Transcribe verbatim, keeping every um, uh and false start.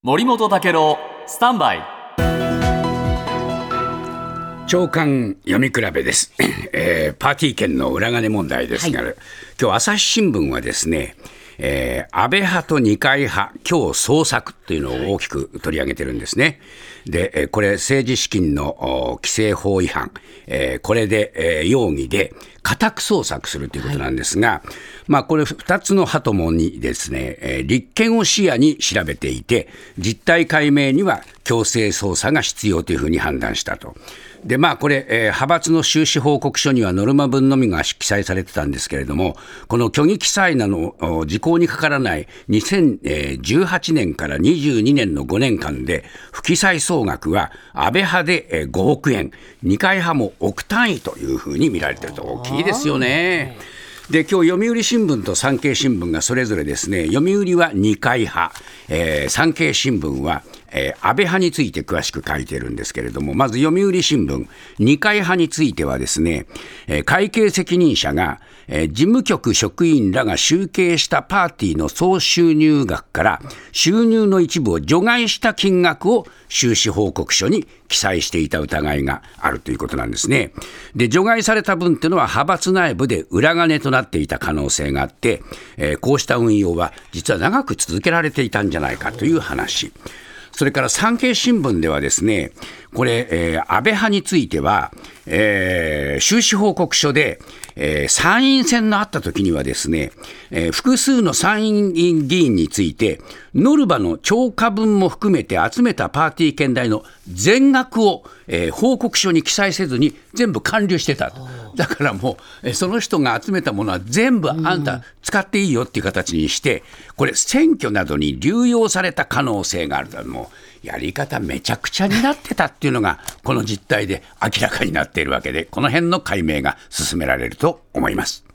森本武郎スタンバイ朝刊読み比べです、えー、パーティー券の裏金問題ですが、はい、今日朝日新聞はですね、えー、安倍派と二階派今日捜索というのを大きく取り上げてるんですね。でこれ政治資金の規正法違反、えー、これで、えー、容疑で家宅捜索するということなんですが、はい、まあ、これふたつの派ともにですね、えー、立件を視野に調べていて実態解明には強制捜査が必要というふうに判断したと。でまあ、これ、えー、派閥の収支報告書にはノルマ分のみが記載されてたんですけれども、この虚偽記載なの時効にかからないにせんじゅうはちねんからにじゅうにねんのごねんかんで不記載総額は安倍派でごおくえん、二階派も億単位というふうに見られていると。大きいですよね。で今日読売新聞と産経新聞がそれぞれですね、読売は二階派、えー、産経新聞はえー、安倍派について詳しく書いているんですけれども、まず読売新聞二階派についてはですね、えー、会計責任者が、えー、事務局職員らが集計したパーティーの総収入額から収入の一部を除外した金額を収支報告書に記載していた疑いがあるということなんですね。で除外された分というのは派閥内部で裏金となっていた可能性があって、えー、こうした運用は実は長く続けられていたんじゃないかという話。それから産経新聞ではですね、これ、えー、安倍派については、えー、収支報告書で、えー、参院選のあった時にはですね、えー、複数の参院議員についてノルマの超過分も含めて集めたパーティー券代の全額を、えー、報告書に記載せずに全部完了してたと。だからもう、えー、その人が集めたものは全部あんた使っていいよっていう形にして、これ選挙などに流用された可能性があると。もうやり方めちゃくちゃになってたっていうのがこの実態で明らかになっているわけで、この辺の解明が進められると思います。